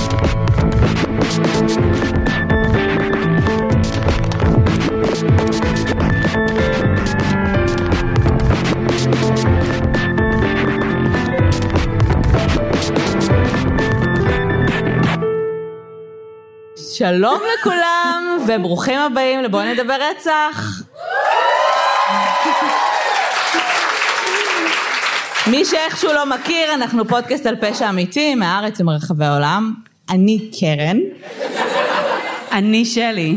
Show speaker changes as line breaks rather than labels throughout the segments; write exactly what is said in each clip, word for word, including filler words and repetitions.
שלום לכולם וברוכים הבאים לבואו נדבר רצח. מי שאיכשהו לא מכיר, אנחנו פודקאסט על פשע אמיתי מהארץ ומרחבי העולם. אני קרן.
אני שלי.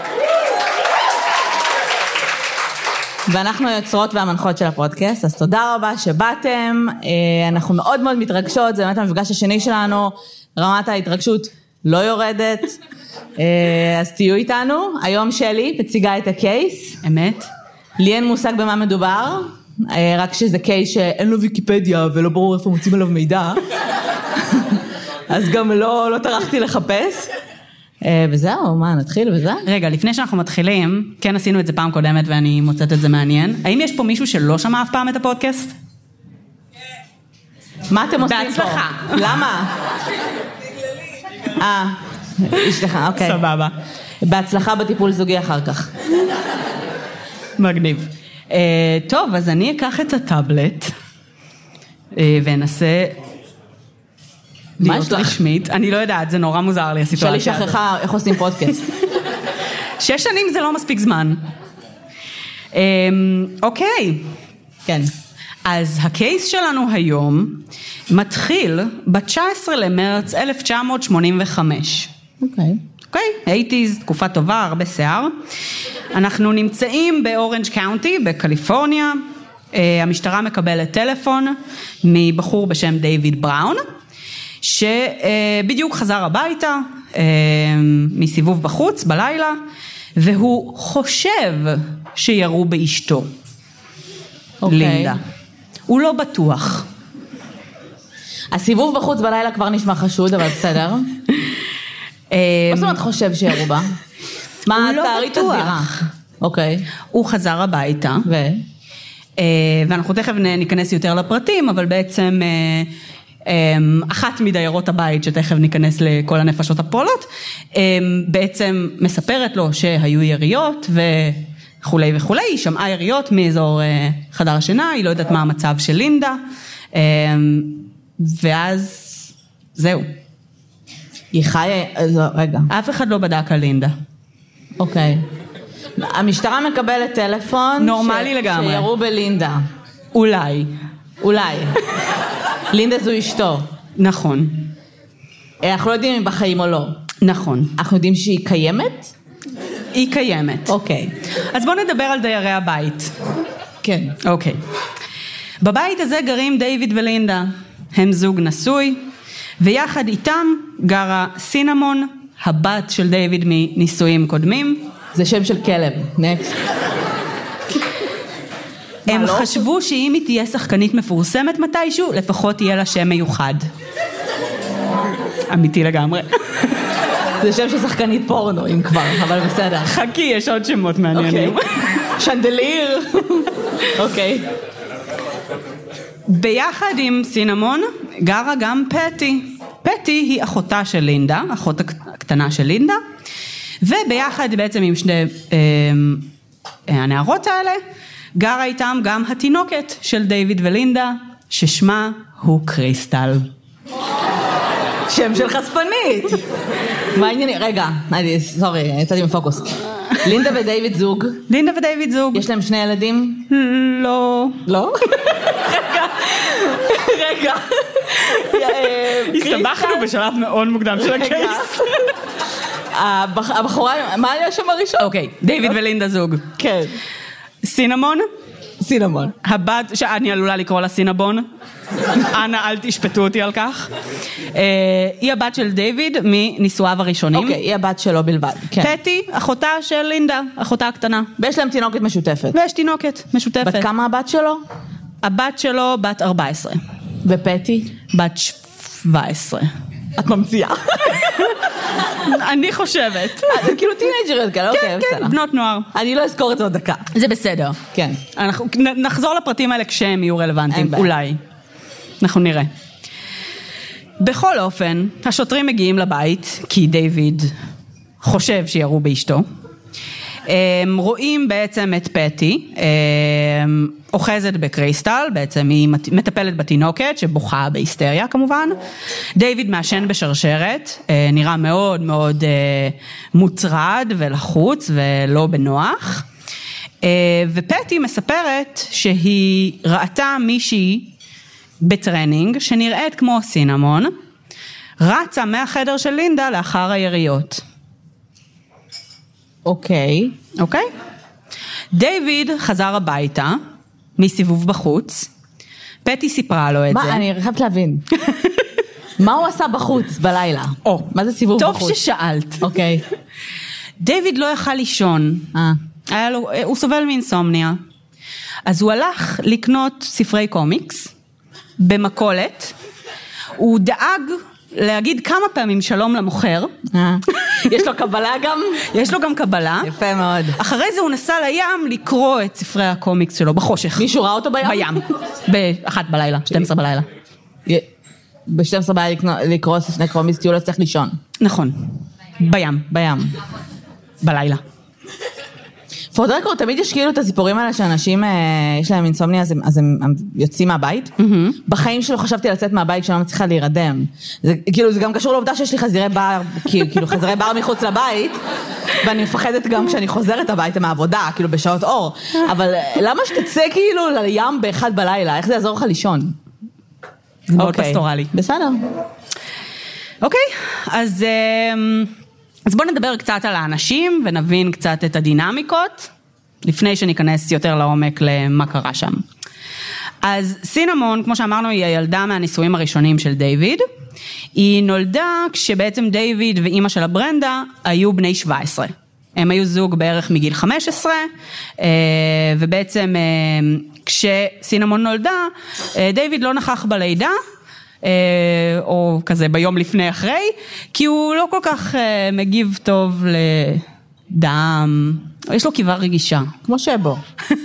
ואנחנו היוצרות והמנחות של הפודקאסט, אז תודה רבה שבאתם. אנחנו מאוד מאוד מתרגשות, זה באמת המפגש השני שלנו, רמת ההתרגשות לא יורדת, אז תהיו איתנו. היום שלי מציגה את הקייס.
אמת.
לי אין מושג במה מדובר, רק שזה קייס שאין לו ויקיפדיה ולא ברור איפה מוצאים עליו מידע, אז גם לא, לא טרחתי לחפש. וזהו, מה, נתחיל וזה?
רגע, לפני שאנחנו מתחילים, כן עשינו את זה פעם קודמת ואני מוצאת את זה מעניין. האם יש פה מישהו שלא שמע אף פעם את הפודקאסט?
מה אתם עושים פה?
בהצלחה.
למה? אה, יש לך, אוקיי.
סבבה.
בהצלחה בטיפול זוגי אחר כך.
מגניב. טוב, אז אני אקח את הטאבלט ואנסה להיות רשמית. אני לא יודעת, זה נורא מוזר לי הסיטואציה.
שלי שכחה איך עושים פודקאסט.
שש שנים זה לא מספיק זמן. אוקיי.
כן.
אז הקייס שלנו היום מתחיל ב-תשעה עשר למרץ אלף תשע מאות שמונים וחמש.
אוקיי.
אוקיי, שמונים, תקופה טובה, הרבה שיער. אנחנו נמצאים באורנג' קאונטי, בקליפורניה. המשטרה מקבלת טלפון מבחור בשם דיוויד בראון, שבדיוק חזר הביתה מסיבוב בחוץ בלילה, והוא חושב שירו באשתו,
אוקיי.
לינדה. הוא לא בטוח.
הסיבוב בחוץ בלילה כבר נשמע חשוד, אבל בסדר. מה זאת אומרת חושב שירו בה? מה תארית הזירה? אוקיי.
הוא חזר הביתה.
ו?
ואנחנו תכף ניכנס יותר לפרטים, אבל בעצם אחת מדיירות הבית, שתכף ניכנס לכל הנפשות הפועלות, בעצם מספרת לו שהיו יריות וכולי וכולי, היא שמעה יריות מאזור חדר השינה, היא לא יודעת מה המצב של לינדה, ואז זהו.
היא חיה, רגע.
אף אחד לא בדק על לינדה.
אוקיי. המשטרה מקבלת טלפון.
נורמלי לגמרי.
שירו בלינדה.
אולי.
אולי. לינדה זו אשתו.
נכון.
אנחנו לא יודעים אם היא בחיים או לא.
נכון.
אנחנו יודעים שהיא קיימת?
היא קיימת.
אוקיי.
אז בואו נדבר על דיירי הבית.
כן.
אוקיי. בבית הזה גרים דיוויד ולינדה. הם זוג נשוי, ויחד איתם גרה סינמון, הבת של דיוויד מנישואים קודמים.
זה שם של כלב. נקסט.
הם חשבו שאם היא תהיה שחקנית מפורסמת מתישהו, לפחות תהיה לה שם מיוחד. אמיתי לגמרי.
זה שם של שחקנית פורנו, אם כבר, אבל בסדר.
חכי, יש עוד שמות מעניינים.
שנדליר. אוקיי.
ביחד עם סינמון גרה גם פטי. פטי היא אחותה של לינדה, אחות הקטנה של לינדה, וביחד בעצם עם שני אה, הנערות האלה, גרה איתם גם התינוקת של דיוויד ולינדה, ששמה הוא קריסטל.
שם של חשפנית. מה הענייני? רגע, אני, סורי, יצאתי מפוקוס. לינדה ודיוויד זוג.
לינדה ודיוויד זוג.
יש להם שני ילדים?
לא.
לא? רגע. רגע.
הסתבכנו בשלב מאוד מוקדם של הקייס.
הבחורה, מה היה שם הראשון?
אוקיי, דיוויד ולינדה זוג.
כן.
סינמון?
סינמון.
הבת, שאני עלולה לקרוא לה סינבון. אנא, אל תשפטו אותי על כך. היא הבת של דיוויד מנישואיו הראשונים.
אוקיי, היא הבת שלו בלבד.
פטי, אחותה של לינדה, אחותה הקטנה.
ויש להם תינוקת משותפת.
ויש תינוקת משותפת.
בת כמה הבת שלו?
הבת שלו בת ארבע עשרה.
ופטי?
בת שבע עשרה.
את ממציאה.
אני חושבת.
כאילו טינג'ריות כאלה, אוקיי, בסדר.
כן, בנות נוער.
אני לא אזכור את זה עוד דקה.
זה בסדר.
כן.
אנחנו נחזור לפרטים האלה כשהם יהיו רלוונטיים, אולי. אנחנו נראה. בכל אופן, השוטרים מגיעים לבית, כי דיוויד חושב שירו באשתו. הם רואים בעצם את פטי, אוחזת בקריסטל, בעצם היא מטפלת בתינוקת, שבוכה בהיסטריה כמובן. דיוויד מעשן בשרשרת, נראה מאוד מאוד מוטרד ולחוץ ולא בנוח. ופטי מספרת שהיא ראתה מישהי בטרנינג, שנראית כמו סינמון, רצה מהחדר של לינדה לאחר היריות.
אוקיי.
אוקיי? דיוויד חזר הביתה, מסיבוב בחוץ, פטי סיפרה לו את
מה,
זה.
אני חייבת להבין. מה הוא עשה בחוץ בלילה?
או,
מה זה סיבוב
טוב
בחוץ?
טוב ששאלת.
אוקיי.
דיוויד לא יכל לישון.
אה.
היה לו, הוא סובל מאינסומניה. אז הוא הלך לקנות ספרי קומיקס, במקולת. הוא דאג להגיד כמה פעמים שלום למוכר.
יש לו קבלה גם?
יש לו גם קבלה.
יפה מאוד.
אחרי זה הוא נסע לים לקרוא את ספרי הקומיקס שלו בחושך.
מישהו ראה אותו בים?
בים. באחת בלילה, שתים עשרה בלילה.
ב-שתים עשרה בלילה לקרוא ספרי קומיקס, כי הוא לא צריך לישון.
נכון. בים.
בים.
בלילה.
פורדרקור, תמיד יש כאילו את הסיפורים האלה שאנשים, יש להם אינסומניה, אז הם, אז הם, הם יוצאים מהבית. Mm-hmm. בחיים שלו חשבתי לצאת מהבית שאני לא מצליחה להירדם. זה, כאילו, זה גם קשור לעובדה שיש לי חזירי בר, כאילו חזירי בר מחוץ לבית, ואני מפחדת גם כשאני חוזרת הביתה מהעבודה, כאילו בשעות אור. אבל למה שתצא כאילו לים באחד בלילה? איך זה יעזור לך לישון?
זה מאוד פסטורלי.
בסדר.
אוקיי, אז... אז בואו נדבר קצת על האנשים ונבין קצת את הדינמיקות, לפני שניכנס יותר לעומק למה קרה שם. אז סינמון, כמו שאמרנו, היא הילדה מהנישואים הראשונים של דיוויד. היא נולדה כשבעצם דיוויד ואימא שלה ברנדה היו בני שבע עשרה. הם היו זוג בערך מגיל חמש עשרה, ובעצם כשסינמון נולדה, דיוויד לא נכח בלידה, או כזה ביום לפני אחרי, כי הוא לא כל כך מגיב טוב לדם, יש לו קיבה רגישה.
כמו שבו.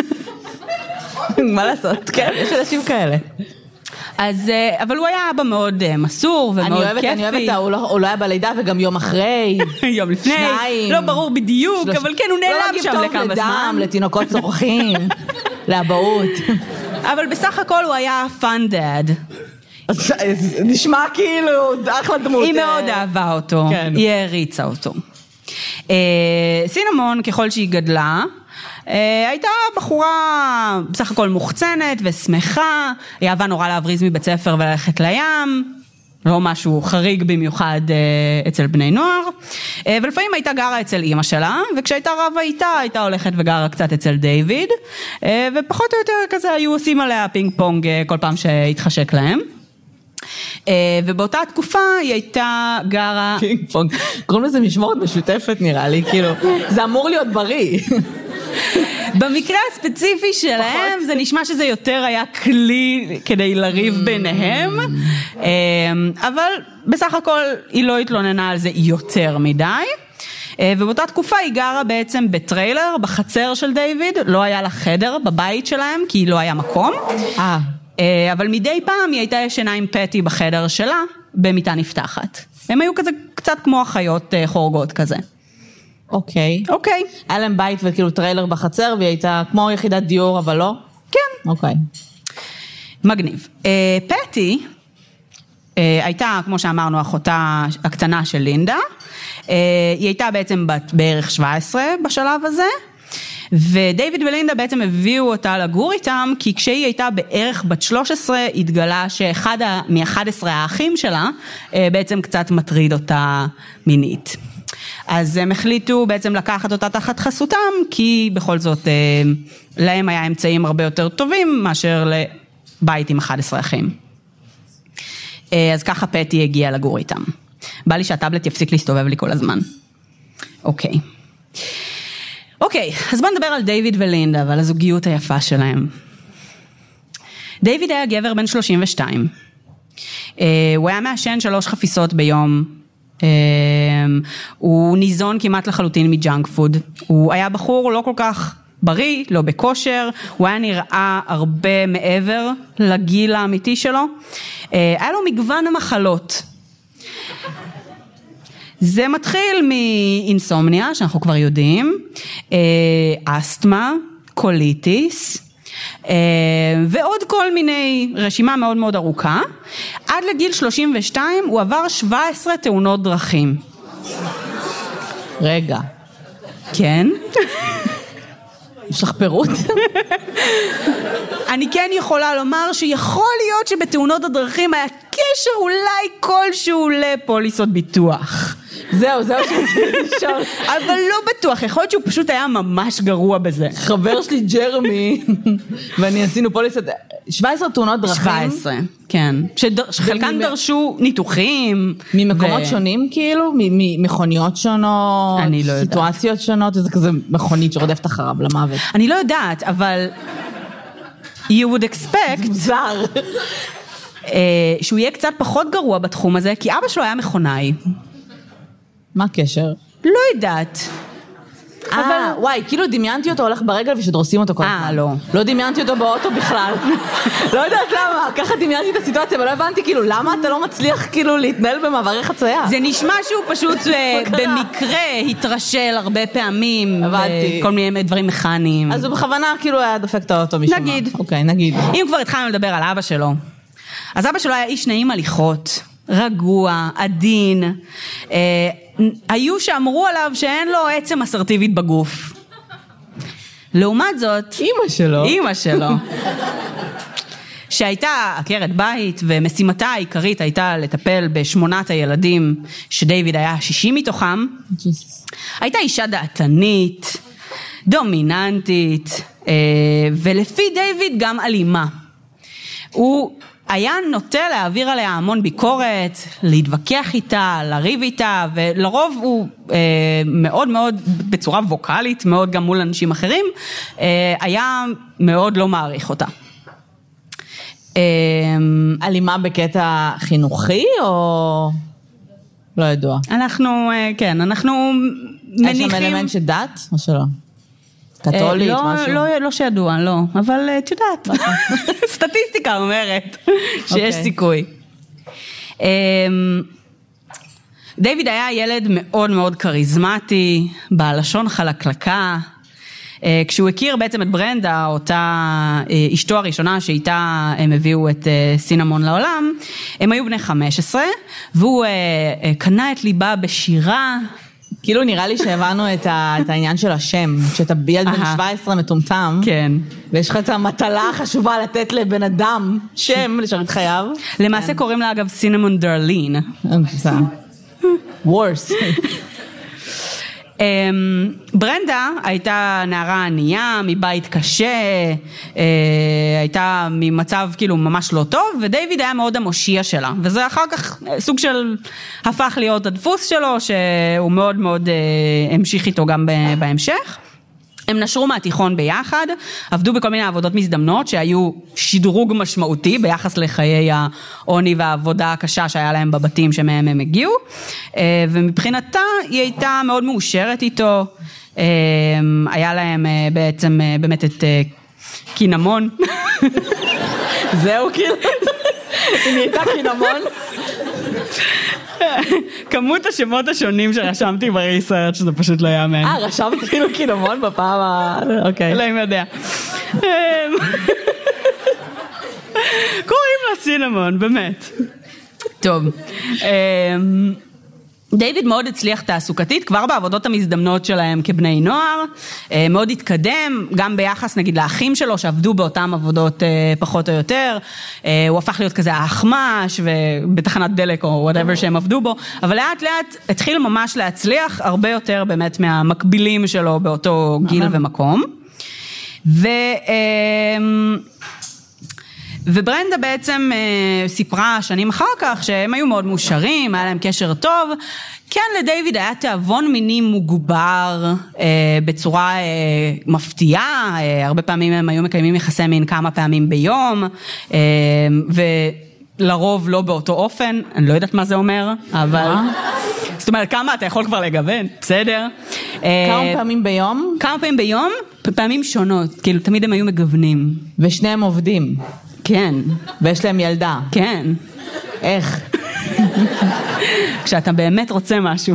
מה לעשות? כן, יש אנשים כאלה.
אז, אבל הוא היה אבא מאוד מסור ומאוד כיפי.
אני אוהבת, הוא לא, הוא לא היה בלידה וגם יום אחרי.
יום לפני. שניים. לא ברור בדיוק, שלוש... אבל כן, הוא נעלם שם לכמה
לדם,
זמן.
לתינוקות צורכים, לאבהות.
אבל בסך הכל הוא היה fun dad.
נשמע כאילו אחלה דמות.
היא מאוד אהבה אותו, כן. היא הריצה אותו. סינמון, ככל שהיא גדלה, הייתה בחורה בסך הכל מוחצנת ושמחה, היא אהבה נורא להבריז מבית ספר וללכת לים, לא משהו חריג במיוחד אצל בני נוער, ולפעמים הייתה גרה אצל אמא שלה, וכשהייתה רבה איתה, הייתה הולכת וגרה קצת אצל דיוויד, ופחות או יותר כזה היו עושים עליה פינג פונג כל פעם שהתחשק להם. ובאותה תקופה היא הייתה גרה...
פינג פונג, קוראים לזה משמורת משותפת נראה לי, כאילו, זה אמור להיות בריא.
במקרה הספציפי שלהם זה נשמע שזה יותר היה כלי כדי לריב ביניהם, אבל בסך הכל היא לא התלוננה על זה יותר מדי, ובאותה תקופה היא גרה בעצם בטריילר בחצר של דיוויד, לא היה לה חדר בבית שלהם כי לא היה מקום.
אה.
אבל מדי פעם היא הייתה ישנה עם פטי בחדר שלה, במיטה נפתחת. הם היו כזה קצת כמו אחיות חורגות כזה.
אוקיי.
אוקיי.
היה להם בית וכאילו טריילר בחצר, והיא הייתה כמו יחידת דיור, אבל לא?
כן.
אוקיי.
מגניב. פטי הייתה, כמו שאמרנו, אחותה הקטנה של לינדה. היא הייתה בעצם בת בערך שבע עשרה בשלב הזה, ודייוויד ולינדה בעצם הביאו אותה לגור איתם, כי כשהיא הייתה בערך בת שלוש עשרה, התגלה שאחד מ-אחד עשר האחים שלה, בעצם קצת מטריד אותה מינית. אז הם החליטו בעצם לקחת אותה תחת חסותם, כי בכל זאת להם היה אמצעים הרבה יותר טובים, מאשר לבית עם אחד עשר אחים. אז ככה פטי הגיעה לגור איתם. בא לי שהטאבלט יפסיק להסתובב לי כל הזמן. אוקיי. אוקיי, אז בוא נדבר על דיוויד ולינדה, ועל הזוגיות היפה שלהם. דיוויד היה גבר בן שלושים ושתיים. הוא היה מעשן שלוש חפיסות ביום. הוא ניזון כמעט לחלוטין מג'אנק פוד. הוא היה בחור לא כל כך בריא, לא בכושר. הוא היה נראה הרבה מעבר לגיל האמיתי שלו. היה לו מגוון המחלות. זה מתחיל מאינסומניה, שאנחנו כבר יודעים, אסתמה, קוליטיס, ועוד כל מיני, רשימה מאוד מאוד ארוכה. עד לגיל שלושים ושתיים הוא עבר שבע עשרה תאונות דרכים.
רגע.
כן.
יש לך פירוט?
אני כן יכולה לומר שיכול להיות שבתאונות הדרכים היה קשר אולי כלשהו לפוליסות ביטוח.
זהו, זהו שרציתי לשאול.
אבל לא בטוח, יכול להיות שהוא פשוט היה ממש גרוע בזה.
חבר שלי ג'רמי, ואני עשינו פוליסות, שבע עשרה תאונות דרכים.
שבע עשרה, כן. שחלקן דרשו ניתוחים.
ממקומות שונים כאילו? ממכוניות שונות?
אני לא יודעת.
סיטואציות שונות? איזה כזה מכונית שרודפת אחריו למוות.
אני לא יודעת, אבל you would expect
מוזר.
שהוא יהיה קצת פחות גרוע בתחום הזה, כי אבא שלו היה מכונאי.
מה הקשר?
לא יודעת.
אה, וואי, כאילו דמיינתי אותו הולך ברגל ושדרוסים אותו כל הזמן.
אה, לא.
לא דמיינתי אותו באוטו בכלל. לא יודעת למה, ככה דמיינתי את הסיטואציה, אבל לא הבנתי כאילו, למה אתה לא מצליח כאילו להתנהל במעברי חצייה?
זה נשמע שהוא פשוט במקרה התרשל הרבה פעמים.
הבנתי.
כל מיני דברים מכניים.
אז הוא בכוונה כאילו היה דופק את האוטו משום מה.
נגיד.
אוקיי, נגיד.
אם כבר התחלנו לדבר על אבא שלו, אז אבא שלו היה איש נעים הליכות, רגוע, עדין, אה, היו שאמרו עליו שאין לו עצם אסרטיבית בגוף. לעומת זאת,
אמא שלו.
אמא שלו. שהייתה עקרת בית, ומשימתה העיקרית הייתה לטפל בשמונת הילדים, שדייוויד היה שישים מתוכם. הייתה אישה דעתנית, דומיננטית, ולפי דייוויד גם אלימה. הוא היה נוטה להעביר עליה המון ביקורת, להתווכח איתה, לריב איתה, ולרוב הוא אה, מאוד מאוד, בצורה ווקלית, מאוד גם מול אנשים אחרים, אה, היה מאוד לא מעריך אותה. אה,
אלימה בקטע חינוכי או לא ידוע?
אנחנו, אה, כן, אנחנו מניחים...
יש שם אלמנט של דת או שלא? קתולית,
לא,
משהו?
לא, לא שידוע, לא, אבל את יודעת, סטטיסטיקה אומרת שיש סיכוי. דיוויד היה ילד מאוד מאוד קריזמטי, בלשון חלקלקה, כשהוא הכיר בעצם את ברנדה, אותה אשתו הראשונה שאיתה הם הביאו את סינמון לעולם, הם היו בני חמש עשרה, והוא קנה את ליבה בשירה,
כאילו נראה לי שהבנו את, ה, את העניין של השם, שאתה ילד בן שבע עשרה מטומטם,
כן.
ויש לך את המטלה החשובה לתת לבן אדם שם לשרת חייו.
למעשה כן. קוראים לה אגב סינמון דרלין.
וורס.
ברנדה הייתה נערה ענייה, מבית קשה, הייתה ממצב כאילו ממש לא טוב, ודייוויד היה מאוד המושיע שלה, וזה אחר כך סוג של הפך להיות הדפוס שלו, שהוא מאוד מאוד המשיך איתו גם בהמשך. הם נשרו מהתיכון ביחד, עבדו בכל מיני עבודות מזדמנות שהיו שדרוג משמעותי ביחס לחיי העוני והעבודה הקשה שהיה להם בבתים שמהם הם הגיעו, ומבחינתה היא הייתה מאוד מאושרת איתו, היה להם בעצם באמת את קינמון.
זהו כאילו, אם היא הייתה קינמון.
כמות השמות השונים שרשמתי בריסרצ' שזה פשוט לא יאמן.
אה, רשמת כאילו קינמון בפעם ה... אוקיי.
לא, אם יודע. קוראים לה סינמון, באמת. טוב. דיוויד מאוד הצליח תעסוקתית, כבר בעבודות המזדמנות שלהם כבני נוער, מאוד התקדם, גם ביחס נגיד לאחים שלו שעבדו באותם עבודות פחות או יותר, הוא הפך להיות כזה האחמש ובתחנת דלק או whatever שהם עבדו בו, אבל לאט לאט התחיל ממש להצליח הרבה יותר באמת מהמקבילים שלו באותו גיל ומקום. ו... וברנדה בעצם אה, סיפרה שנים אחר כך שהם היו מאוד מאושרים, היה להם קשר טוב, כן לדיוויד היה תאבון מיני מוגבר אה, בצורה אה, מפתיעה, אה, הרבה פעמים הם היו מקיימים יחסי מין כמה פעמים ביום, אה, ולרוב לא באותו אופן, אני לא יודעת מה זה אומר, אבל... זאת אומרת, כמה אתה יכול כבר לגוון, בסדר?
כמה פעמים ביום?
כמה פעמים ביום, פעמים שונות, כאילו תמיד הם היו מגוונים.
ושניהם עובדים?
כן.
ויש להם ילדה?
כן.
איך?
כשאתה באמת רוצה משהו.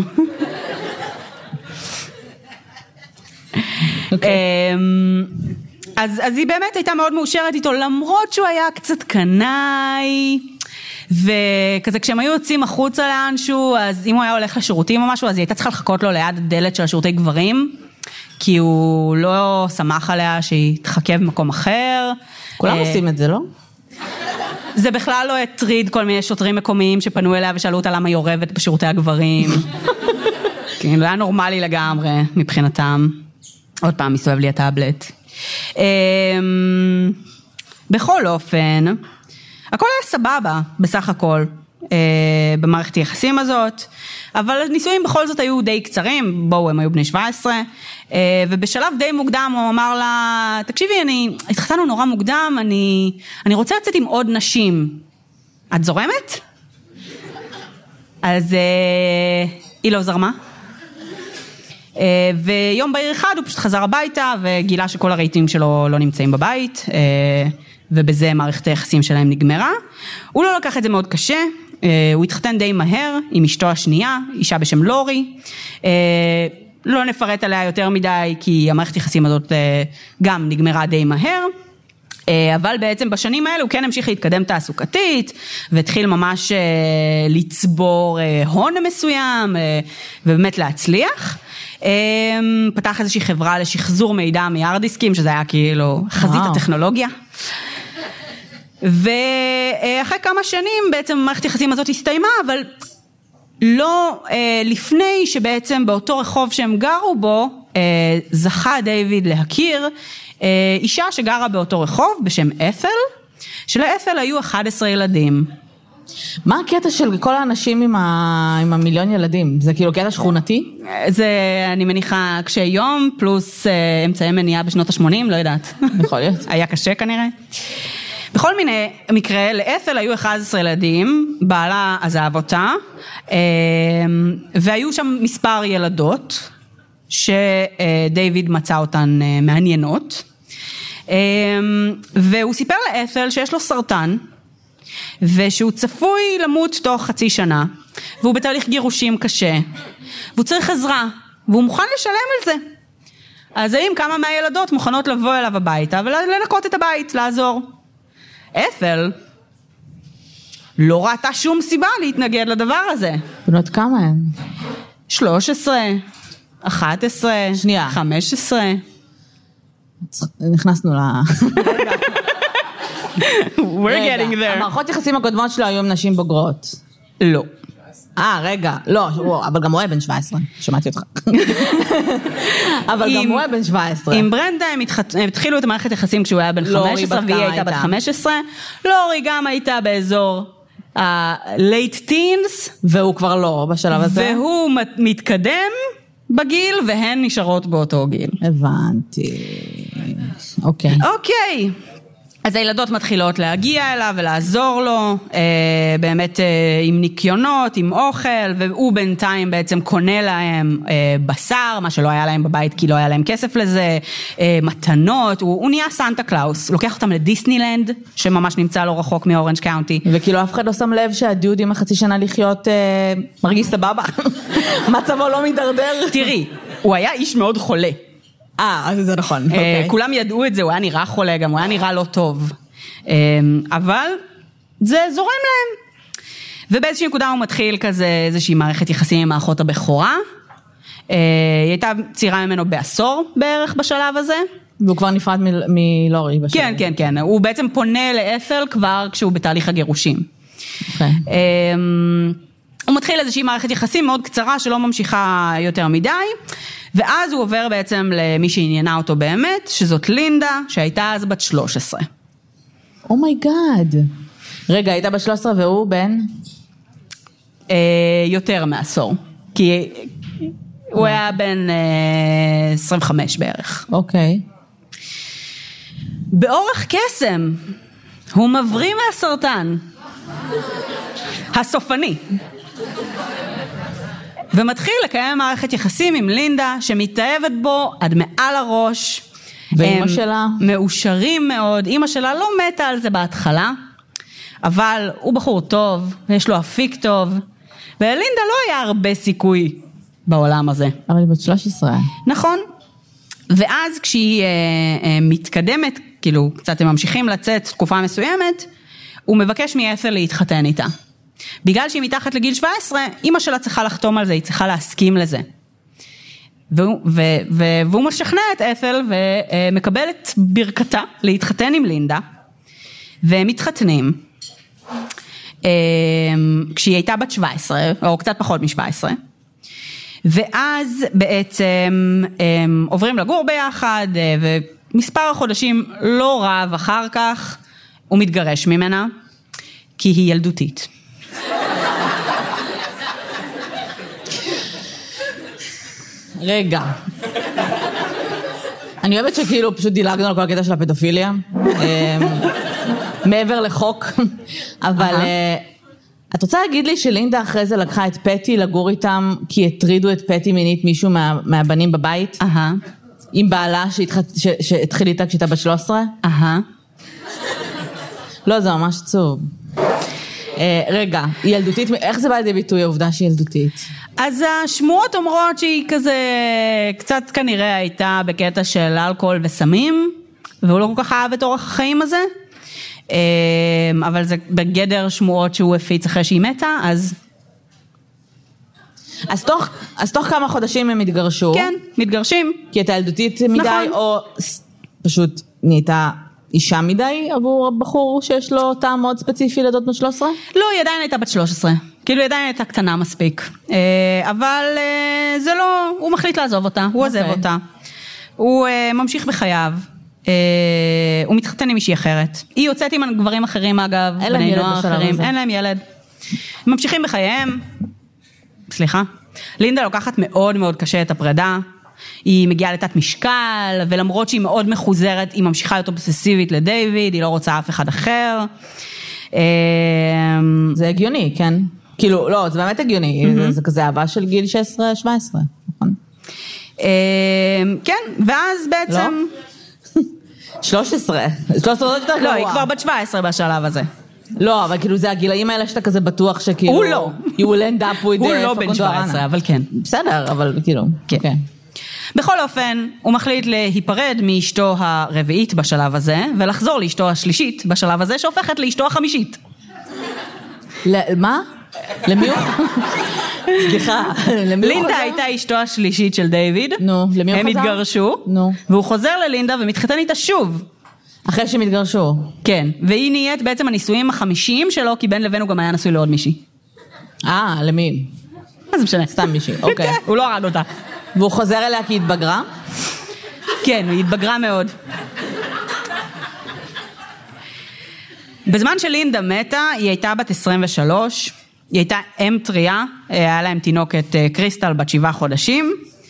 אז, אז היא באמת הייתה מאוד מאושרת איתו, למרות שהוא היה קצת קנאי, וכזה כשהם היו יוצאים החוצה לאנשהו, אז אם הוא היה הולך לשירותים או משהו, אז היא הייתה צריכה לחכות לו ליד הדלת של השירותי גברים, כי הוא לא שמח עליה שהיא תחכה במקום אחר.
כולם עושים את זה, לא?
זה בכלל לא הטריד כל מיני שוטרים מקומיים שפנו אליה ושאלו אותה למה היא עורבת בשירותי הגברים. כן, זה היה נורמלי לגמרי מבחינתם. עוד פעם מסתובב לי הטאבלט. בכל אופן, הכל היה סבבה בסך הכל במערכת היחסים הזאת, אבל הניסויים בכל זאת היו די קצרים, בואו הם היו בני שבע עשרה, ובשלב די מוקדם הוא אמר לה, תקשיבי, אני, התחתנו נורא מוקדם, אני, אני רוצה לצאת עם עוד נשים, את זורמת? אז היא לא זרמה. ויום בהיר אחד הוא פשוט חזר הביתה וגילה שכל הרייטים שלו לא נמצאים בבית, ובזה מערכת היחסים שלהם נגמרה. הוא לא לקח את זה מאוד קשה, הוא התחתן די מהר עם אשתו השנייה, אישה בשם לורי. לא נפרט עליה יותר מדי כי המערכת היחסים הזאת גם נגמרה די מהר. אבל בעצם בשנים האלה הוא כן המשיך להתקדם תעסוקתית, והתחיל ממש לצבור הון מסוים, ובאמת להצליח. פתח איזושהי חברה לשחזור מידע מהארד דיסקים, שזה היה כאילו חזית הטכנולוגיה. ואחרי כמה שנים בעצם מערכת היחסים הזאת הסתיימה, אבל לא לפני שבעצם באותו רחוב שהם גרו בו, זכה דיוויד להכיר אישה שגרה באותו רחוב בשם אפל, שלאפל היו אחד עשר ילדים.
מה הקטע של כל האנשים עם, ה... עם המיליון ילדים? זה כאילו קטע שכונתי?
זה, אני מניחה, קשי יום, פלוס אמצעי מניעה בשנות ה-שמונים, לא יודעת.
יכול להיות.
היה קשה כנראה. בכל מיני מקרה, לאפל היו אחד עשר ילדים, בעלה עזב אותה, והיו שם מספר ילדות, שדיוויד מצא אותן מעניינות, והוא סיפר לאפל שיש לו סרטן, ושהוא צפוי למות תוך חצי שנה, והוא בתהליך גירושים קשה, והוא צריך עזרה, והוא מוכן לשלם על זה. אז האם כמה מהילדות מוכנות לבוא אליו הביתה, ולנקות את הבית, לעזור? אפל לא ראתה שום סיבה להתנגד לדבר הזה.
בנות כמה הן?
שלוש עשרה, אחת עשרה,
שנייה.
חמש עשרה.
נכנסנו ל...
We're getting there.
המערכות יחסים הקודמות שלו היו עם נשים בוגרות.
לא.
אה, רגע, לא, אבל גם הוא היה בן שבע עשרה, שמעתי אותך. אבל גם הוא היה בן שבע עשרה.
עם ברנדה הם התחילו את המערכת יחסים כשהוא היה בן חמש עשרה, והיא הייתה בת חמש עשרה. לורי גם הייתה באזור ה-late teens.
והוא כבר לא בשלב הזה.
והוא מתקדם בגיל, והן נשארות באותו גיל.
הבנתי. אוקיי.
אוקיי. אז הילדות מתחילות להגיע אליו ולעזור לו, באמת עם ניקיונות, עם אוכל, והוא בינתיים בעצם קונה להם בשר, מה שלא היה להם בבית כי לא היה להם כסף לזה, מתנות, הוא, הוא נהיה סנטה קלאוס, לוקח אותם לדיסנילנד, שממש נמצא לא רחוק מאורנג' קאונטי.
וכאילו אף אחד לא שם לב שהדיוד עם החצי שנה לחיות מרגיש סבבה, מצבו לא מדרדר.
תראי, הוא היה איש מאוד חולה.
אה, אז זה נכון.
כולם ידעו את זה, הוא היה נראה חולה גם, הוא היה נראה לא טוב. אבל זה זורם להם. ובאיזושהי נקודה הוא מתחיל כזה איזושהי מערכת יחסים עם האחות הבכורה. היא הייתה צעירה ממנו בעשור בערך בשלב הזה.
והוא כבר נפרד מלורי בשלב.
כן, כן, כן. הוא בעצם פונה לאפל כבר כשהוא בתהליך הגירושים.
אוקיי.
הוא מתחיל איזושהי מערכת יחסים מאוד קצרה שלא ממשיכה יותר מדי, ואז הוא עובר בעצם למי שעניינה אותו באמת, שזאת לינדה, שהייתה אז בת שלוש עשרה.
אומייגאד. רגע, הייתה בת שלוש עשרה והוא בן?
אה, יותר מעשור. כי הוא היה בן אה, עשרים וחמש בערך.
אוקיי.
באורך קסם, הוא מבריא מהסרטן. הסופני. ומתחיל לקיים מערכת יחסים עם לינדה, שמתאהבת בו עד מעל הראש.
ואמא שלה?
מאושרים מאוד. אמא שלה לא מתה על זה בהתחלה, אבל הוא בחור טוב, ויש לו אפיק טוב, וללינדה לא היה הרבה סיכוי בעולם הזה.
אבל היא בת שלוש עשרה.
נכון. ואז כשהיא אה, אה, מתקדמת, כאילו קצת הם ממשיכים לצאת תקופה מסוימת, הוא מבקש מאת'ל להתחתן איתה. בגלל שהיא מתחת לגיל שבע עשרה, אמא שלה צריכה לחתום על זה, היא צריכה להסכים לזה. והוא, ו, ו, והוא משכנע את את'ל ומקבל את ברכתה להתחתן עם לינדה, והם מתחתנים. כשהיא הייתה בת שבע עשרה, או קצת פחות מ-שבע עשרה, ואז בעצם הם עוברים לגור ביחד, ומספר חודשים לא רב אחר כך, הוא מתגרש ממנה, כי היא ילדותית.
רגע. אני אוהבת שכאילו פשוט דילגנו על כל הקטע של הפדופיליה, מעבר לחוק, אבל את רוצה להגיד לי שלינדה אחרי זה לקחה את פטי לגור איתם, כי הטרידו את פטי מינית מישהו מהבנים בבית?
אהה.
עם בעלה שהתחיל איתה כשהייתה בת שלוש עשרה?
אהה.
לא, זה ממש עצוב. רגע, היא ילדותית, איך זה בא לידי ביטוי העובדה שהיא ילדותית?
אז השמועות אומרות שהיא כזה, קצת כנראה הייתה בקטע של אלכוהול וסמים, והוא לא כל כך אהב את אורח החיים הזה, אבל זה בגדר שמועות שהוא הפיץ אחרי שהיא מתה, אז...
אז תוך, אז תוך כמה חודשים הם התגרשו?
כן, מתגרשים.
כי הייתה ילדותית מדי,
נכון.
או פשוט נהייתה... אישה מדי עבור הבחור שיש לו טעם מאוד ספציפי לדות בת שלוש עשרה?
לא, היא עדיין הייתה בת שלוש עשרה. כאילו היא עדיין הייתה קטנה מספיק. אבל זה לא, הוא מחליט לעזוב אותה, הוא עוזב אותה. הוא ממשיך בחייו. הוא מתחתן עם מישהי אחרת. היא יוצאת עם גברים אחרים אגב, בני נוער אחרים. אין להם ילד. ממשיכים בחייהם. סליחה. לינדה לוקחת מאוד מאוד קשה את הפרידה. היא מגיעה לתת משקל, ולמרות שהיא מאוד מחוזרת, היא ממשיכה להיות אובססיבית לדיוויד, היא לא רוצה אף אחד אחר.
זה הגיוני, כן? כאילו, לא, זה באמת הגיוני, זה כזה אהבה של גיל שש עשרה שבע עשרה, נכון?
כן, ואז בעצם...
שלוש עשרה, שלוש עשרה עוד יותר גרוע.
לא, היא כבר בת שבע עשרה בשלב הזה.
לא, אבל כאילו זה הגילאים האלה שאתה כזה בטוח שכאילו...
הוא לא.
You will end up with...
הוא לא בן שבע עשרה, אבל כן.
בסדר, אבל כאילו...
כן. בכל אופן, הוא מחליט להיפרד מאשתו הרביעית בשלב הזה, ולחזור לאשתו השלישית בשלב הזה, שהופכת לאשתו החמישית.
מה? למי הוא? סליחה, למי הוא חוזר?
לינדה הייתה אשתו השלישית של דיוויד.
נו, למי הוא חוזר?
הם התגרשו.
נו.
והוא חוזר ללינדה ומתחתן איתה שוב.
אחרי שהם התגרשו.
כן, והיא נהיית בעצם הנישואים החמישיים שלו, כי בין לבין הוא גם היה נשוי לעוד מישהי.
אה, למי?
מה זה משנה?
סתם מישהי, אוקיי.
הוא לא הרג אותה.
והוא חוזר אליה כי התבגרה?
כן, היא התבגרה מאוד. בזמן שלינדה מתה, היא הייתה בת עשרים ושלוש, היא הייתה אם טריה, היה להם תינוקת קריסטל בת שבעה חודשים.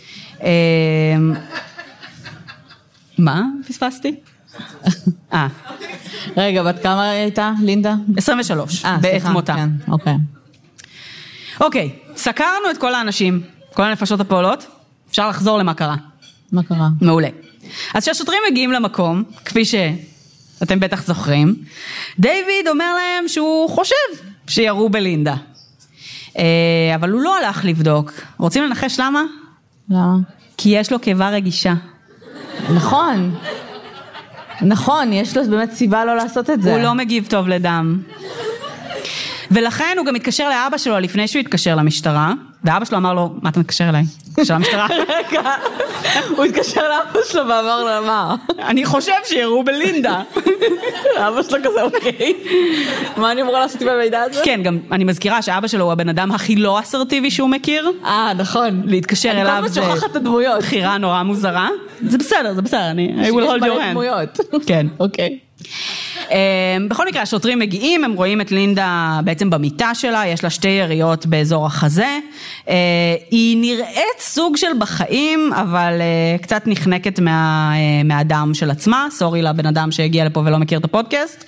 מה? פספסתי? אה.
רגע, בת כמה היא הייתה, לינדה?
עשרים ושלוש, בעת מותה.
כן, אוקיי.
אוקיי, סקרנו את כל האנשים, כל הנפשות הפועלות, אפשר לחזור למה קרה.
מה קרה?
מעולה. אז כשהשוטרים מגיעים למקום, כפי שאתם בטח זוכרים, דיוויד אומר להם שהוא חושב שירו בלינדה. אבל הוא לא הלך לבדוק. רוצים לנחש למה?
למה?
כי יש לו קיבה רגישה.
נכון. נכון, יש לו באמת סיבה לא לעשות את זה.
הוא לא מגיב טוב לדם. ולכן הוא גם התקשר לאבא שלו לפני שהוא התקשר למשטרה, ואבא שלו אמר לו, מה אתה מתקשר אליי? התקשר למשטרה?
רגע, הוא התקשר לאבא שלו ואמר לו, מה?
אני חושב שירו בלינדה.
אבא שלו כזה, אוקיי. מה אני אמורה לעשות עם המידע הזה?
כן, גם אני מזכירה שאבא שלו הוא הבן אדם הכי לא אסרטיבי שהוא מכיר.
אה, נכון.
להתקשר אליו
אני כל הזמן שוכחת את הדמויות.
בחירה נורא מוזרה. זה בסדר, זה בסדר, אני... I will hold your hand.
דמויות.
כן.
אוקיי.
בכל מקרה, השוטרים מגיעים, הם רואים את לינדה בעצם במיטה שלה, יש לה שתי יריות באזור החזה, היא נראית סוג של בחיים, אבל קצת נחנקת מה, מהאדם של עצמה, סורי לבן אדם שהגיע לפה ולא מכיר את הפודקאסט.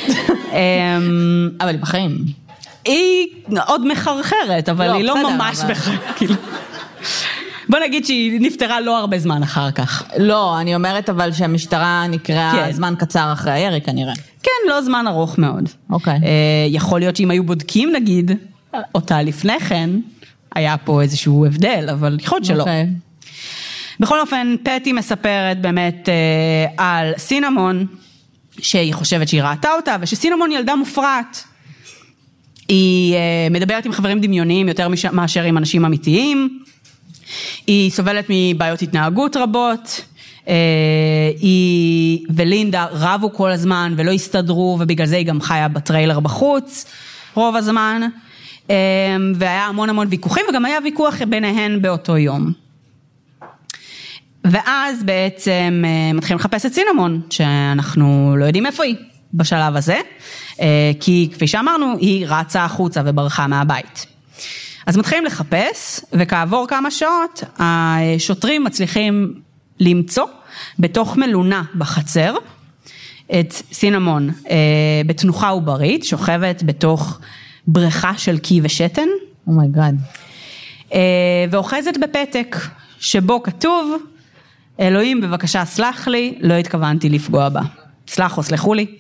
אבל היא בחיים.
היא עוד מחרחרת, אבל
לא,
היא לא
בסדר,
ממש
אבל...
בחיים. בוא נגיד שהיא נפטרה לא הרבה זמן אחר כך.
לא, אני אומרת אבל שהמשטרה נקראה כן. זמן קצר אחרי הירי כנראה.
כן, לא זמן ארוך מאוד.
אוקיי.
יכול להיות שאם היו בודקים נגיד, אותה לפני כן, היה פה איזשהו הבדל, אבל יכול להיות שלא.
אוקיי.
בכל אופן, פטי מספרת באמת על סינמון, שהיא חושבת שהיא ראתה אותה, ושסינמון ילדה מופרעת. היא מדברת עם חברים דמיוניים יותר מאשר עם אנשים אמיתיים, היא סובלת מבעיות התנהגות רבות, היא ולינדה רבו כל הזמן ולא הסתדרו, ובגלל זה היא גם חיה בטריילר בחוץ רוב הזמן, והיה המון המון ויכוחים, וגם היה ויכוח ביניהן באותו יום. ואז בעצם מתחילים לחפש את סינמון, שאנחנו לא יודעים איפה היא בשלב הזה, כי כפי שאמרנו, היא רצה החוצה וברחה מהבית. אז מתחילים לחפש, וכעבור כמה שעות, השוטרים מצליחים למצוא בתוך מלונה בחצר, את סינמון בתנוחה עוברית, שוכבת בתוך בריכה של קי ושתן.
אומייגאד.
ואוחזת בפתק, שבו כתוב, אלוהים בבקשה סלח לי, לא התכוונתי לפגוע בה. סלח או סלחו לי.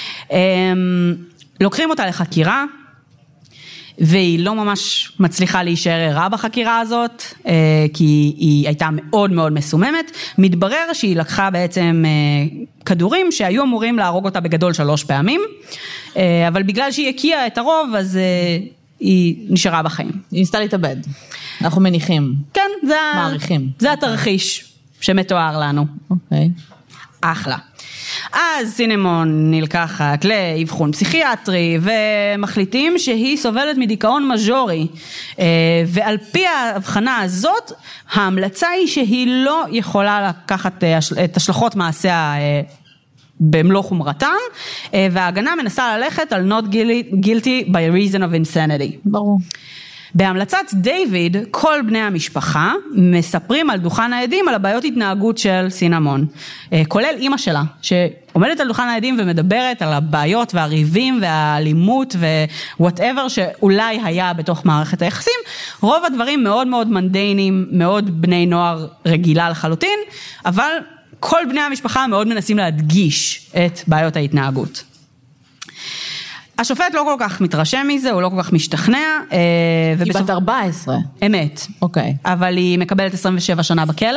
לוקחים אותה לחקירה, והיא לא ממש מצליחה להישאר ערה בחקירה הזאת, כי היא הייתה מאוד מאוד מסוממת. מתברר שהיא לקחה בעצם כדורים שהיו אמורים להרוג אותה בגדול שלוש פעמים, אבל בגלל שהיא הקיעה את הרוב, אז היא נשארה בחיים.
היא ניסתה להתאבד. אנחנו מניחים.
כן, זה,
מעריכים.
זה התרחיש שמתואר לנו.
אוקיי.
אחלה. אז סינמון נלקחת לאבחון פסיכיאטרי, ומחליטים שהיא סובלת מדיכאון מז'ורי, ועל פי ההבחנה הזאת, ההמלצה היא שהיא לא יכולה לקחת את השלכות מעשיה במלוא חומרתם, וההגנה מנסה ללכת על not guilty by reason of insanity.
ברור.
בהמלצת דיוויד, כל בני המשפחה מספרים על דוכן העדים על הבעיות התנהגות של סינמון, כולל אמא שלה, שעומדת על דוכן העדים ומדברת על הבעיות והריבים והאלימות ו-whatever שאולי היה בתוך מערכת היחסים. רוב הדברים מאוד מאוד מנדיינים, מאוד בני נוער רגילה לחלוטין, אבל כל בני המשפחה מאוד מנסים להדגיש את בעיות ההתנהגות. השופט לא כל כך מתרשם מזה, הוא לא כל כך משתכנע.
היא בת ארבע עשרה.
אמת.
אוקיי.
אבל היא מקבלת עשרים ושבע שנה בכלא.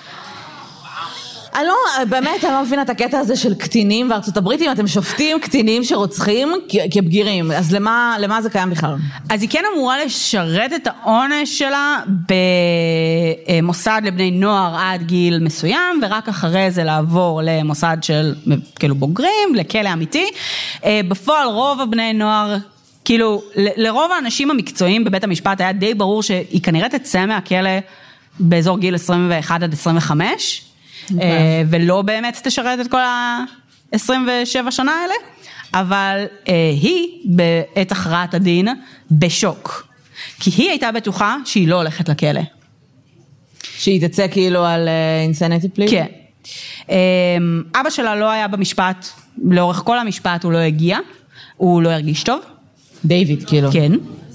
אני לא, באמת, אני לא מבינה את הקטע הזה של קטינים בארצות הברית, אם אתם שופטים קטינים שרוצחים כבגירים, אז למה, למה זה קיים בכלל?
אז היא כן אמורה לשרת את העונש שלה במוסד לבני נוער עד גיל מסוים, ורק אחרי זה לעבור למוסד של כאילו בוגרים, לכלא אמיתי. בפועל רוב הבני נוער, כאילו לרוב האנשים המקצועיים בבית המשפט היה די ברור שהיא כנראה תצא מהכלא באזור גיל עשרים ואחת עד עשרים וחמש, ולא באמת תשרת את כל ה-עשרים ושבע שנה האלה, אבל היא בעת הכרעת הדין בשוק, כי היא הייתה בטוחה שהיא לא הולכת לכלא.
שהיא תצא כאילו על אינסניטי פלי?
כן. אבא שלה לא היה במשפט, לאורך כל המשפט הוא לא הגיע, הוא לא הרגיש טוב.
דיוויד כאילו.
כן.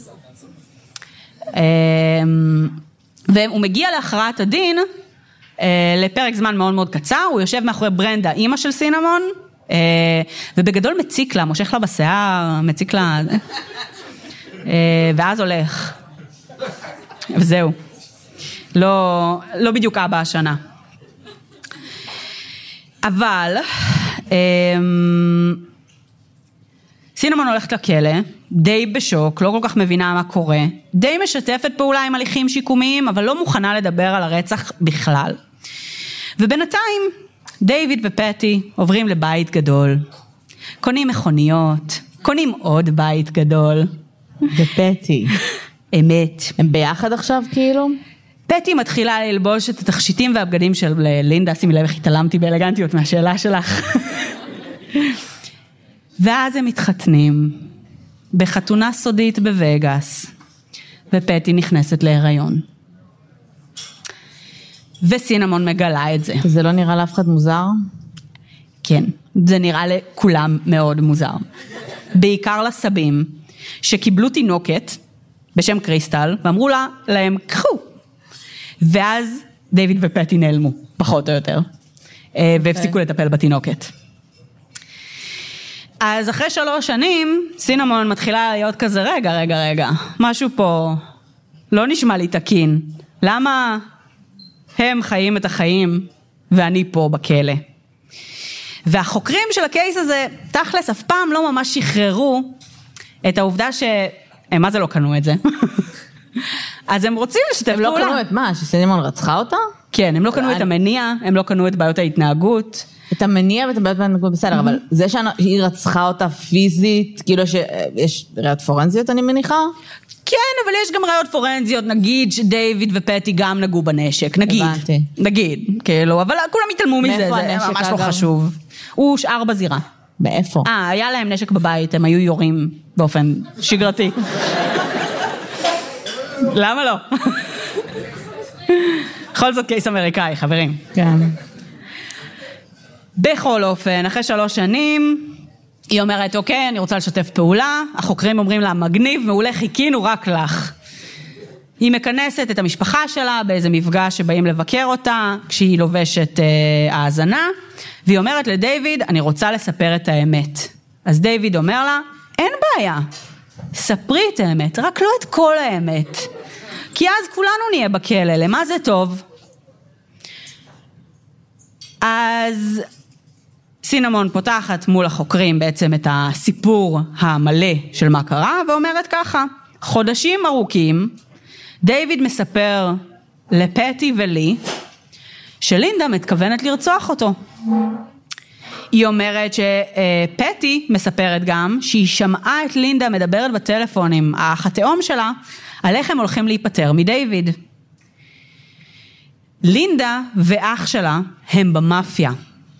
והוא מגיע להכרעת הדין, לפרק זמן מאוד מאוד קצר, הוא יושב מאחורי ברנדה, אמא של סינמון, ובגדול מציק לה, מושך לה בשיער, מציק לה, ואז הולך. וזהו. לא, לא בדיוק אבא השנה. אבל, סינמון הולכת לכלא, די בשוק, לא כל כך מבינה מה קורה, די משתפת פעולה עם הליכים שיקומיים, אבל לא מוכנה לדבר על הרצח בכלל. ובינתיים, דיוויד ופטי עוברים לבית גדול, קונים מכוניות, קונים עוד בית גדול.
ופטי.
אמת.
הם ביחד עכשיו כאילו?
פטי מתחילה ללבוש את התכשיטים והבגדים של לינדה, שימי לב איך התעלמתי באלגנטיות מהשאלה שלך. ואז הם מתחתנים בחתונה סודית בווגאס, ופטי נכנסת להיריון. וסינמון מגלה את זה.
זה לא נראה לאף אחד מוזר?
כן, זה נראה לכולם מאוד מוזר. בעיקר לסבים, שקיבלו תינוקת בשם קריסטל, ואמרו לה, להם, קחו. ואז דיוויד ופטי נעלמו, פחות או יותר, והפסיקו לטפל בתינוקת. אז אחרי שלוש שנים, סינמון מתחילה להיות כזה, רגע, רגע, רגע, משהו פה לא נשמע לי תקין. למה הם חיים את החיים ואני פה בכלא? והחוקרים של הקייס הזה, תכלס, אף פעם לא ממש שחררו את העובדה שהם מה זה לא קנו את זה. אז הם רוצים לשתף פעולה.
הם לא קנו את מה? שסינמון רצחה אותה?
כן, הם לא קנו את המניע, הם לא קנו את בעיות ההתנהגות.
את המניע ואת בעיות ההתנהגות, בסדר, אבל זה שהיא רצחה אותה פיזית, כאילו שיש ראיות פורנזיות, אני מניחה?
כן, אבל יש גם ראיות פורנזיות, נגיד שדייוויד ופטי גם נגעו בנשק, נגיד.
הבנתי.
נגיד, כאילו, אבל כולם התעלמו מזה, זה ממש לא חשוב. הוא שאר בזירה.
מאיפה?
אה, היה להם נשק בבית, הם היו יורים באופן שגרתי. למה לא? בכל זאת קייס אמריקאי, חברים.
כן.
בכל אופן, אחרי שלוש שנים, היא אומרת, אוקיי, אני רוצה לשתף פעולה, החוקרים אומרים לה, מגניב, מעולה, חיכינו רק לך. היא מכנסת את המשפחה שלה באיזה מפגש שבאים לבקר אותה, כשהיא לובשת אה, האזנה, והיא אומרת לדיוויד, אני רוצה לספר את האמת. אז דיוויד אומר לה, אין בעיה, ספרי את האמת, רק לא את כל האמת. כי אז כולנו נהיה בכלא, למה זה טוב? אז סינמון פותחת מול החוקרים בעצם את הסיפור המלא של מה קרה, ואומרת ככה, חודשים ארוכים, דיוויד מספר לפטי ולי, שלינדה מתכוונת לרצוח אותו. היא אומרת שפטי מספרת גם, שהיא שמעה את לינדה מדברת בטלפון עם האח התאום שלה, על איך הם הולכים להיפטר מדיוויד. לינדה ואח שלה הם במאפיה.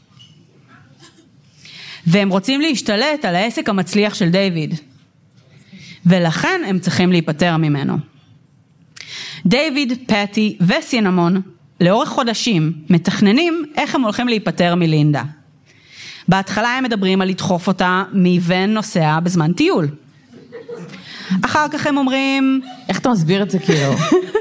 והם רוצים להשתלט על העסק המצליח של דיוויד. ולכן הם צריכים להיפטר ממנו. דיוויד, פטי וסינמון, לאורך חודשים, מתכננים איך הם הולכים להיפטר מלינדה. בהתחלה הם מדברים על לדחוף אותה מוון נוסע בזמן טיול. אחר כך הם אומרים...
איך אתה מסביר את זה כאילו?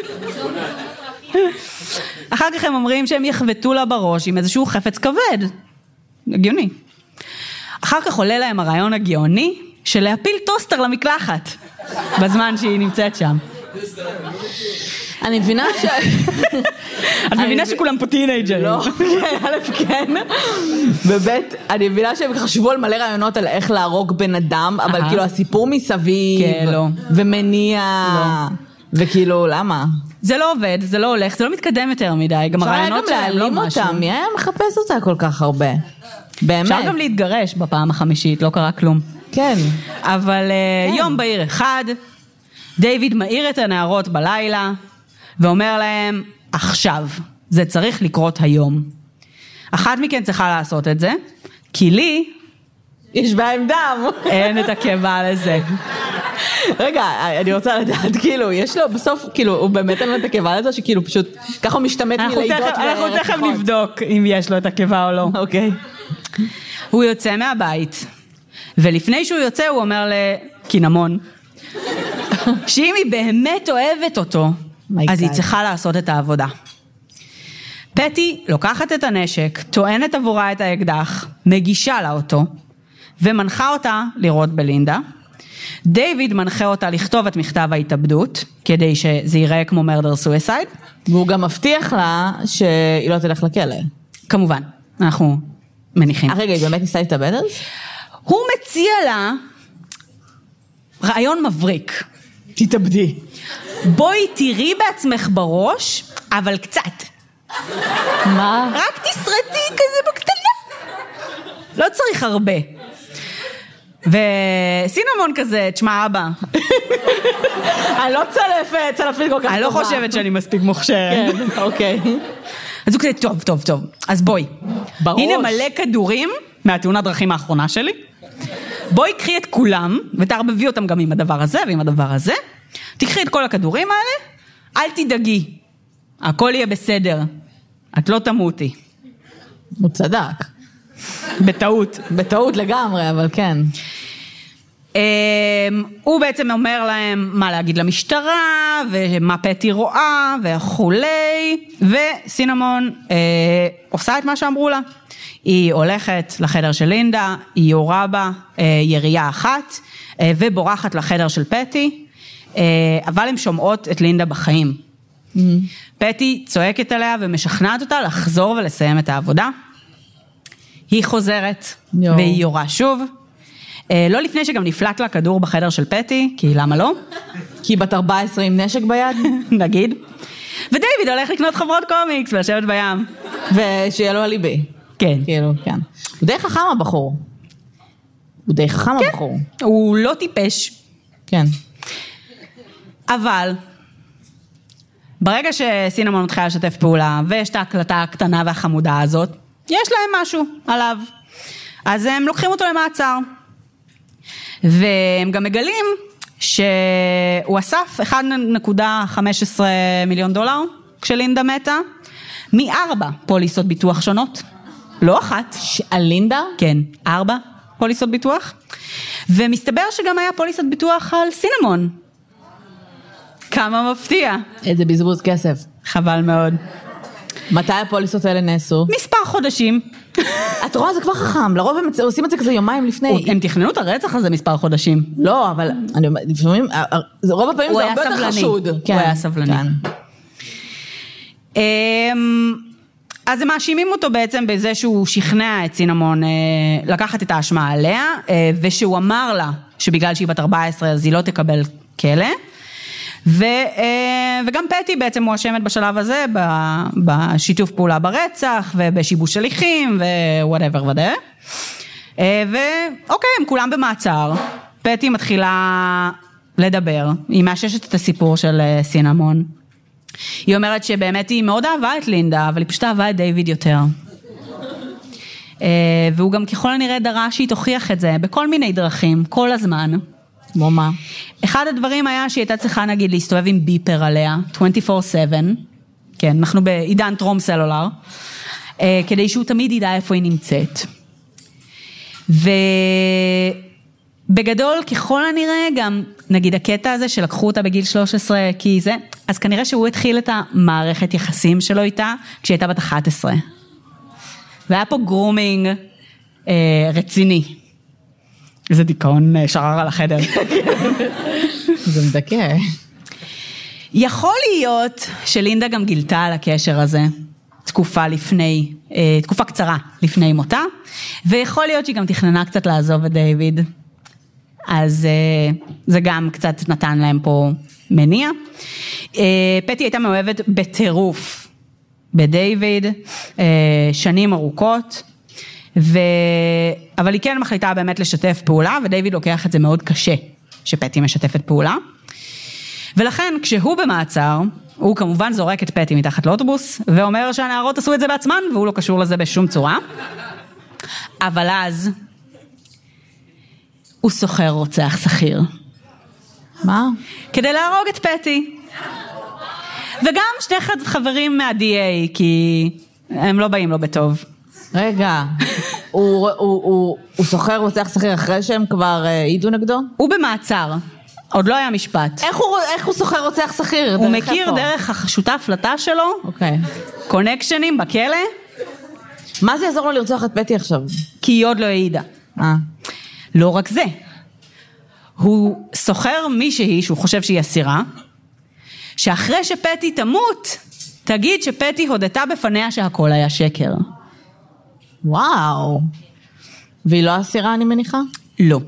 אחר כך הם אומרים שהם יחבטו לה בראש עם איזשהו חפץ כבד. הגיוני. אחר כך עולה להם הרעיון הגאוני של להפיל טוסטר למקלחת בזמן שהיא נמצאת שם.
אני מבינה ש...
את מבינה שכולם פה טינאג'רים.
לא, א' כן. בבית, אני מבינה שהם חשבו על מלא רעיונות על איך להרוג בן אדם, אבל כאילו הסיפור מסביב, ומניע, וכאילו, למה?
זה לא עובד, זה לא הולך, זה לא מתקדם יותר מדי, גם הרעיונות שלהם לא משהו.
מי היה מחפש אותה כל כך הרבה? באמת.
אפשר גם להתגרש בפעם החמישית, לא קרה כלום.
כן.
אבל יום בהיר אחד, דיוויד מאיר את הנערות בלילה, ואומר להם, עכשיו, זה צריך לקרות היום. אחת מכן צריכה לעשות את זה, כי לי...
יש בהם דם.
אין את הקבע לזה.
רגע, אני רוצה לדעת, כאילו, יש לו בסוף, כאילו, הוא באמת אין לו את הקבע לזה, שכאילו פשוט, ככה הוא משתמט מלידות ורציחות.
אנחנו תכף נבדוק אם יש לו את הקבע או לא.
אוקיי.
הוא יוצא מהבית, ולפני שהוא יוצא הוא אומר לקינמון, שאם היא באמת אוהבת אותו, אז היא צריכה לעשות את העבודה. פטי לוקחת את הנשק, טוענת עבורה את האקדח, מגישה לה אותו, ומנחה אותה לראות בלינדה. דיוויד מנחה אותה לכתוב את מכתב ההתאבדות, כדי שזה ייראה כמו מרדר סויסייד.
והוא גם מבטיח לה שהיא לא תלך לכלא.
כמובן, אנחנו מניחים.
רגע, היא באמת ניסה להתאבד אז?
הוא מציע לה רעיון מבריק.
תתאבדי.
בואי תראי בעצמך בראש, אבל קצת.
מה?
רק תסרטי כזה בקטנה. לא צריך הרבה. וסינמון כזה, תשמע אבא.
אני לא צלפת, צלפית כל כך טובה.
אני לא חושבת שאני מספיק מוכשרת.
כן, אוקיי.
אז הוא כזה, טוב, טוב, טוב. אז בואי.
בראש.
הנה מלא כדורים מהתאונת דרכים האחרונה שלי. בואי קחי את כולם, ותערבבי אותם גם עם הדבר הזה ועם הדבר הזה. תקחי את כל הכדורים האלה, אל תדאגי. הכל יהיה בסדר. את לא תמותי.
הוא צדק.
בטעות.
בטעות לגמרי, אבל כן.
הוא בעצם אומר להם מה להגיד למשטרה, ומה פטי רואה, וכולי, פטי, וסינמון אה, עושה את מה שאמרו לה. היא הולכת לחדר של לינדה, היא יורה בה אה, ירייה אחת, אה, ובורחת לחדר של פטי, אה, אבל הן שומעות את לינדה בחיים. Mm-hmm. פטי צועקת עליה ומשכנעת אותה לחזור ולסיים את העבודה. היא חוזרת, Yo. והיא יורה שוב. אה, לא לפני שגם נפלט לה כדור בחדר של פטי, כי למה לא?
כי בת ארבע עשרה עם נשק ביד?
נגיד. ודייוויד הולך לקנות חברות קומיקס ולשבת בים.
ושיהיה לו הליבי.
כן.
כאילו, כן. הוא די חכם הבחור. הוא די חכם
כן.
הבחור.
הוא לא טיפש.
כן.
אבל, ברגע שסינמון מתחילה לשתף פעולה, ויש את ההקלטה הקטנה והחמודה הזאת, יש להם משהו עליו. אז הם לוקחים אותו למעצר. והם גם מגלים שהוא אסף אחד נקודה חמש עשרה מיליון דולר, כשלינדה מתה, מארבע פוליסות ביטוח שונות. לא אחת.
על לינדה?
כן, ארבע פוליסות ביטוח. ומסתבר שגם היה פוליסת ביטוח על סינמון. כמה מפתיע.
איזה בזבוז כסף.
חבל מאוד.
מתי הפוליסות האלה נעשו?
מספר חודשים.
את רואה, זה כבר חכם. לרוב הם עושים את זה כזה יומיים לפני.
הם תכננו את הרצח הזה מספר חודשים.
לא, אבל אני אומרת, לפעמים, רוב הפעמים זה הרבה יותר חשוד.
הוא היה סבלני. אז הם מאשימים אותו בעצם בזה שהוא שכנע את סינמון לקחת את האשמה עליה, ושהוא אמר לה שבגלל שהיא בת ארבע עשרה אז היא לא תקבל כלא, ו, וגם פטי בעצם מואשמת בשלב הזה בשיתוף פעולה ברצח ובשיבוש הליכים ווואטאבר ודאי. ואוקיי, הם כולם במעצר. פטי מתחילה לדבר, היא מאששת את הסיפור של סינמון. היא אומרת שבאמת היא מאוד אהבה את לינדה, אבל היא פשוט אהבה את דיוויד יותר. והוא גם ככל הנראה דרש שהיא תוכיח את זה בכל מיני דרכים, כל הזמן.
כמו מה?
אחד הדברים היה שהיא הייתה צריכה נגיד להסתובב עם ביפר עליה, עשרים וארבע שבע, כן, אנחנו בעידן טרום סלולר, כדי שהוא תמיד ידע איפה היא נמצאת. ובגדול, ככל הנראה, גם נגיד הקטע הזה שלקחו אותה בגיל שלוש עשרה, כי זה, אז כנראה שהוא התחיל את המערכת יחסים שלו איתה, כשהיא הייתה בת אחת עשרה. והיה פה גרומינג אה, רציני. איזה דיכאון שרר על החדר.
זה מדכא.
יכול להיות שלינדה גם גילתה על הקשר הזה, תקופה לפני, תקופה קצרה לפני מותה, ויכול להיות שהיא גם תכננה קצת לעזוב את דיוויד, אז זה גם קצת נתן להם פה מניע. פטי הייתה מאוהבת בטירוף בדיוויד, שנים ארוכות, ו... אבל היא כן מחליטה באמת לשתף פעולה, ודיוויד לוקח את זה מאוד קשה, שפטי משתפת פעולה. ולכן, כשהוא במעצר, הוא כמובן זורק את פטי מתחת לאוטובוס, ואומר שהנערות עשו את זה בעצמן, והוא לא קשור לזה בשום צורה. אבל אז, הוא סוחר רוצח שכיר.
מה?
כדי להרוג את פטי. וגם שני חברים מה-די איי, כי הם לא באים לו בטוב.
רגע, הוא, הוא, הוא, הוא סוחר רוצח שכיר אחרי שהם כבר העידו נגדו?
הוא במעצר, עוד לא היה משפט.
איך הוא, איך הוא סוחר רוצח שכיר?
הוא מכיר איפה? דרך השותף לתא שלו,
אוקיי.
קונקשנים בכלא.
מה זה יעזור לו לרצוח את פטי עכשיו?
כי היא עוד לא העידה.
אה.
לא רק זה, הוא סוחר מישהי שהוא חושב שהיא אסירה, שאחרי שפטי תמות, תגיד שפטי הודתה בפניה שהכל היה שקר.
וואו. והיא לא אסירה, אני מניחה?
לא.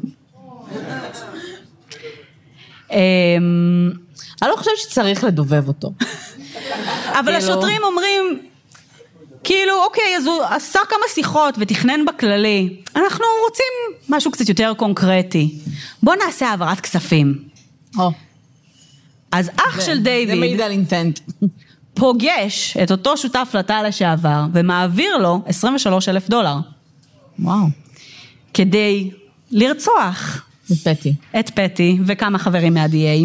אני לא חושבת שצריך לדובב אותו.
אבל השוטרים אומרים, כאילו, אוקיי, אז הוא עשה כמה שיחות ותכנן בכללי. אנחנו רוצים משהו קצת יותר קונקרטי. בוא נעשה העברת כספים. אז אח של דיוויד...
זה מעיד על אינטנט.
פוגש את אותו שותף לתא לשעבר, ומעביר לו עשרים ושלושה אלף דולר.
וואו.
כדי לרצוח.
את פטי.
את פטי, וכמה חברים מה-די איי.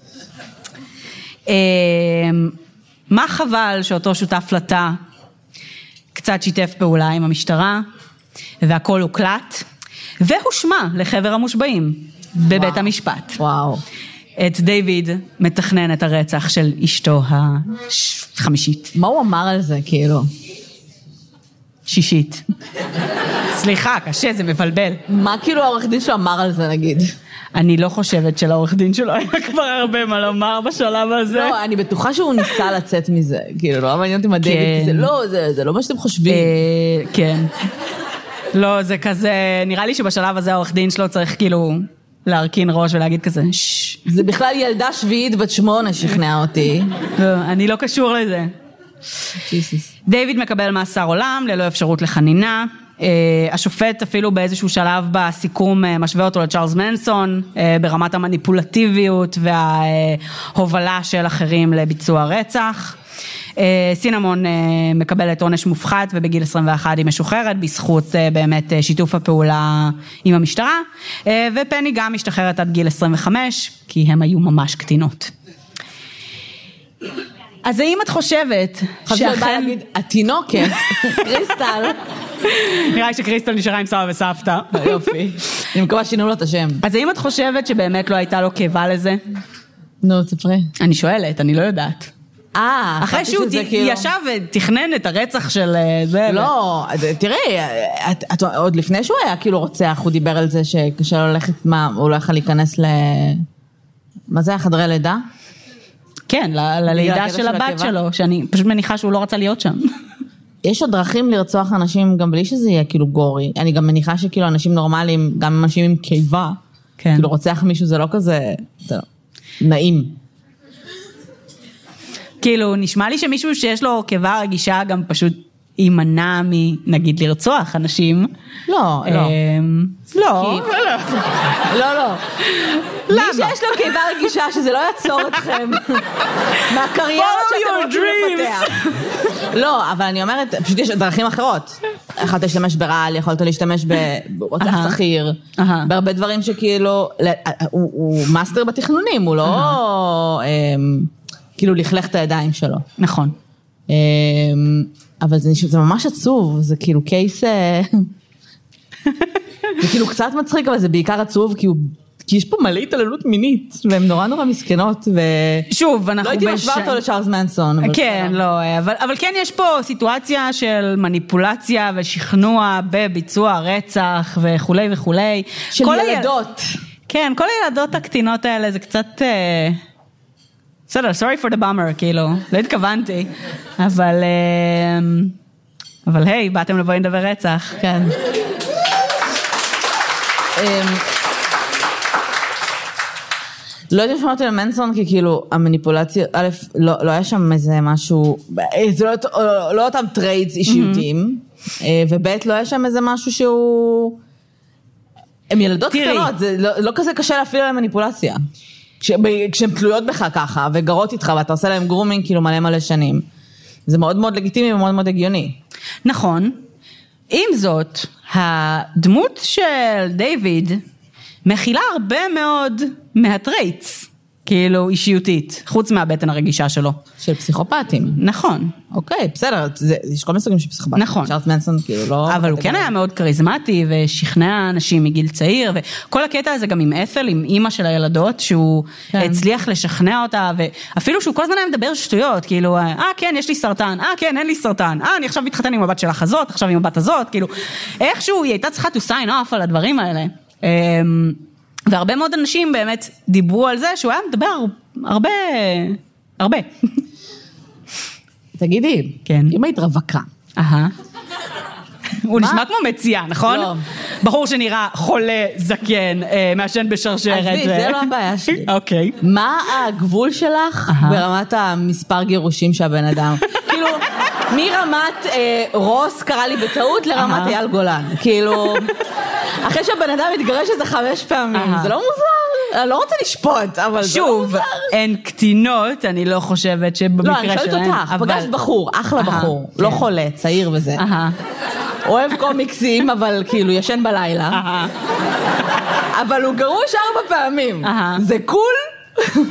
מה חבל שאותו שותף לתא, קצת שיתף פעולה עם המשטרה, והכל הוקלט, והושמע לחבר המושבעים, בבית המשפט.
וואו.
את דיוויד מתכנן את הרצח של אשתו החמישית.
מה הוא אמר על זה, כאילו?
שישית. סליחה, קשה, זה מבלבל.
מה כאילו העורך דין שלו אמר על זה, נגיד?
אני לא חושבת שלעורך דין שלו היה כבר הרבה מה לומר בשלב הזה.
לא, אני בטוחה שהוא ניסה לצאת מזה. כאילו, לא מעניין אותי מה דיוויד, כי זה לא, זה לא מה שאתם חושבים.
כן. לא, זה כזה, נראה לי שבשלב הזה העורך דין שלו צריך כאילו להרכין ראש ולהגיד כזה, ששש.
זה בכלל ילדה שביעית בת שמונה שכנעה אותי.
לא, אני לא קשור לזה. דיוויד מקבל מאסר עולם ללא אפשרות לחנינה. השופט אפילו באיזשהו שלב בסיכום משווה אותו לצ'ארלס מנסון ברמת המניפולטיביות וההובלה של אחרים לביצוע רצח. סינמון מקבלת עונש מופחת ובגיל עשרים ואחת היא משוחררת בזכות באמת שיתוף הפעולה עם המשטרה, ופני גם משתחררת עד גיל עשרים וחמש כי הם היו ממש קטינות. אז האם את חושבת
שאכן... התינוקת, קריסטל.
נראה לי שקריסטל נשארה עם סבא וסבתא.
יופי. אני מקווה שינו לו את השם.
אז האם את חושבת שבאמת לא הייתה לו כאבה לזה?
נו, תספרי.
אני שואלת, אני לא יודעת.
אה,
אחרי שהוא ישב ותכנן את הרצח של זה.
לא, תראי, עוד לפני שהוא היה כאילו רוצח, הוא דיבר על זה שקשה לו ללכת, מה, הוא לא יכול להיכנס ל... מה זה, חדרי לידה?
כן, ללידה של הבת שלו, שאני פשוט מניחה שהוא לא רצה להיות שם.
יש עוד דרכים לרצוח אנשים גם בלי שזה יהיה כאילו גורי. אני גם מניחה שכאילו אנשים נורמליים, גם אנשים עם קיבה, כאילו רוצח מישהו זה לא כזה נעים.
כאילו נשמע לי שמישהו שיש לו קיבה רגישה גם פשוט יימנע מנגיד לרצוח אנשים.
לא, לא.
לא,
לא, לא. מי שיש לו קיבה רגישה שזה לא יעצור אתכם מהקריירה שאתם רוצים לפתח. לא, אבל אני אומרת, פשוט יש דרכים אחרות. יכולת להשתמש ברעל, יכולת להשתמש ברוצח שכיר, בהרבה דברים שכאילו, הוא מאסטר בתכנונים, הוא לא כאילו לכלך את הידיים שלו.
נכון.
אבל זה ממש עצוב, זה כאילו קייס, זה כאילו קצת מצחיק, אבל זה בעיקר עצוב, כי הוא... כי יש פה מלא התעללות מינית, והן נורא נורא מסכנות, ו...
שוב, אנחנו...
לא הייתי משווה אותו לצ'ארלס מנסון.
כן, לא, אבל, אבל כן יש פה סיטואציה של מניפולציה ושכנוע בביצוע רצח וכו' וכו'.
של ילדות.
היל... כן, כל הילדות הקטינות האלה זה קצת... בסדר, sorry for the bummer, כאילו, לא התכוונתי, אבל... אבל היי, באתם לבוא לדבר רצח.
כן. לא הייתי משמעתי למנסון, כי כאילו המניפולציה, א', לא, לא היה שם איזה משהו, זה לא, לא, לא אותם טריידס אישיותיים, וב' לא היה שם איזה משהו שהוא, הם ילדות קטנות, זה לא, לא כזה קשה להפעיל עליהם מניפולציה, כשהן תלויות בך ככה, וגרות איתך, ואתה עושה להם גרומינג כאילו מלא מלא שנים, זה מאוד מאוד לגיטימי ומאוד מאוד הגיוני.
נכון, עם זאת, הדמות של דיוויד, מכילה הרבה מאוד מהטרייטס, כאילו אישיותית, חוץ מהבטן הרגישה שלו.
של פסיכופטים.
נכון.
אוקיי, בסדר, זה, יש כל מיני סוגים של פסיכופטים.
נכון.
צ'ארלס מנסון כאילו לא...
אבל הוא כן היה מאוד כריזמטי, ושכנע אנשים מגיל צעיר, וכל הקטע הזה גם עם אפל, עם אימא של הילדות, שהוא כן. הצליח לשכנע אותה, ואפילו שהוא כל הזמן היה מדבר שטויות, כאילו, אה כן, יש לי סרטן, אה כן, אין לי סרטן, אה אני עכשיו מתחתן עם הבת שלך הזאת, עכשיו עם הבת הזאת, כאילו, איכשהו היא הייתה צריכה to sign off על הדברים האלה. והרבה מאוד אנשים באמת דיברו על זה שהוא היה מדבר הרבה, הרבה.
תגידי,
כן.
אם היית רווקה.
אהה. הוא נשמע כמו מציאה, נכון?
לא.
בחור שנראה חולה, זקן, מעשן בשרשרת.
עזבי, זה לא הבעיה שלי.
אוקיי.
מה הגבול שלך ברמת המספר גירושים שהבן אדם? כאילו, מרמת רוס קרא לי בטעות לרמת אייל גולן. כאילו, אחרי שהבן אדם מתגרש איזה חמש פעמים, זה לא מוזר? אני לא רוצה לשפוט, אבל זה לא מוזר.
שוב, הן קטינות, אני לא חושבת שבמקרה שלהם.
לא, אני שואלת אותך, פגשת בחור, אחלה בחור, לא חולה, צעיר וזה. אוהב קומיקסים, אבל כאילו ישן בלילה. אבל הוא גרוש ארבע פעמים. זה קול?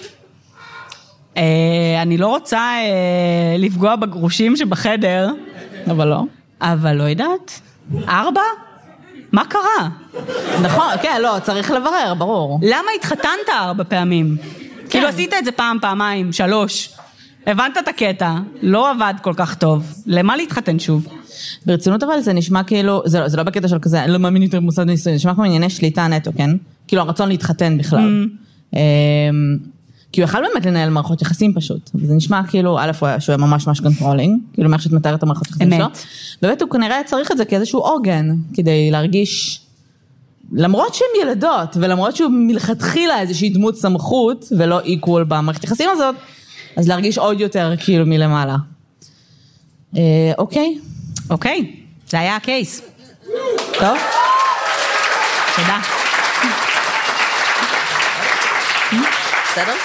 אני לא רוצה לפגוע בגרושים שבחדר.
אבל לא.
אבל לא יודעת. ארבע? מה קרה?
נכון, כן, לא, צריך לברר, ברור.
למה התחתנת ארבע פעמים? כאילו עשית את זה פעם, פעמיים, שלוש. הבנת את הקטע, לא עבד כל כך טוב. למה להתחתן שוב?
ברצינות אבל זה נשמע כאילו, זה, זה לא בקטע של כזה, לא מאמין יותר במוסד נישואים, זה נשמע כמו ענייני שליטה נטו, כן? כאילו הרצון להתחתן בכלל. Mm. כי הוא יכל באמת לנהל מערכות יחסים פשוט, וזה נשמע כאילו, א' שהוא היה ממש ממש קונטרולינג, כאילו מאיך שאת מתארת את המערכות יחסים שלו. באמת הוא כנראה צריך את זה כאיזשהו אורגן, כדי להרגיש, למרות שהן ילדות, ולמרות שהוא מלכתחילה איזושהי דמות סמכות, ולא איקוול במערכת יחסים הזאת, אז להרגיש עוד יותר כאילו מלמעלה. אוקיי?
אוקיי, זה היה הקייס.
טוב?
תודה.
בסדר?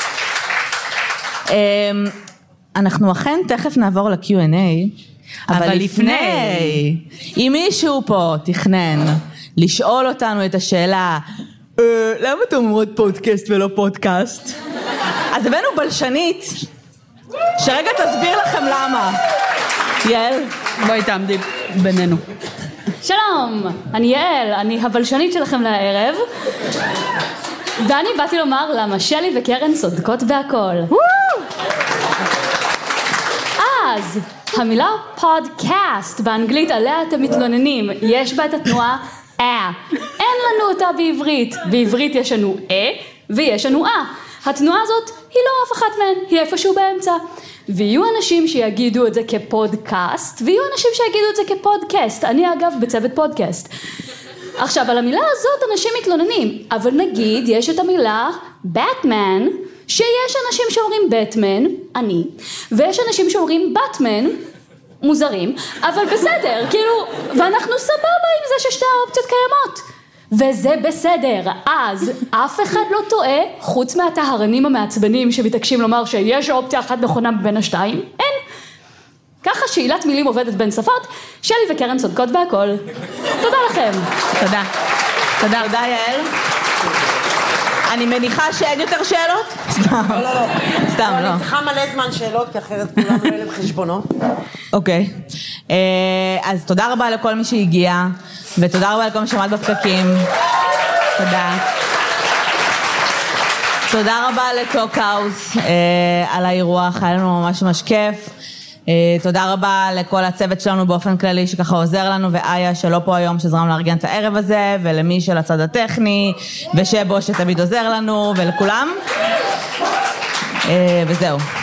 אנחנו אכן תכף נעבור ל-קיו אנד איי, אבל לפני, אם מישהו פה תכנן לשאול אותנו את השאלה, למה אתם אומרות פודקאסט ולא פודקאסט? אז הבאנו בלשנית, שרגע תסביר לכם למה. יעל,
בואי תעמדי בינינו.
שלום, אני יעל, אני הבלשנית שלכם לערב, ואני באתי לומר למה שלי וקרן צודקות בהכל. אז, המילה פודקאסט באנגלית עליה אתם מתלוננים, יש בה את התנועה אה. אין לנו אותה בעברית. בעברית יש לנו אה ויש לנו אה. התנועה הזאת היא לא אף אחת מהן, היא איפשהו באמצע. ויהיו אנשים שיגידו את זה כפודקאסט, ויהיו אנשים שיגידו את זה כפודקאסט. אני אגב בצוות פודקאסט. עכשיו, על המילה הזאת אנשים מתלוננים, אבל נגיד יש את המילה בטמן, שיש אנשים שאומרים בטמן, אני, ויש אנשים שאומרים בטמן, מוזרים, אבל בסדר, כאילו, ואנחנו סבבה עם זה ששתי האופציות קיימות. וזה בסדר, אז אף אחד לא טועה, חוץ מהטהרנים המעצבנים שמתעקשים לומר שיש אופציה אחת נכונה בין השתיים, אין. ככה שאלת מילים עובדת בין שפות, שלי וקרן צודקות בהכל. תודה לכם.
תודה. תודה.
תודה יעל. אני מניחה שאין יותר שאלות? סתם.
לא, לא, לא.
סתם, לא.
אני צריכה מלא זמן שאלות, כי אחרת כולם לא ילם חשבונות.
אוקיי. אז תודה רבה לכל מי שהגיע, ותודה רבה לכל מי שעמד בפקקים. תודה. תודה רבה לטוקהאוס על האירוח, היה לנו ממש ממש כיף. תודה רבה לכל הצוות שלנו באופן כללי שככה עוזר לנו, ואיה שלא פה היום שזרם לארגן את הערב הזה, ולמי של הצד הטכני, ושבו שתמיד עוזר לנו, ולכולם. וזהו.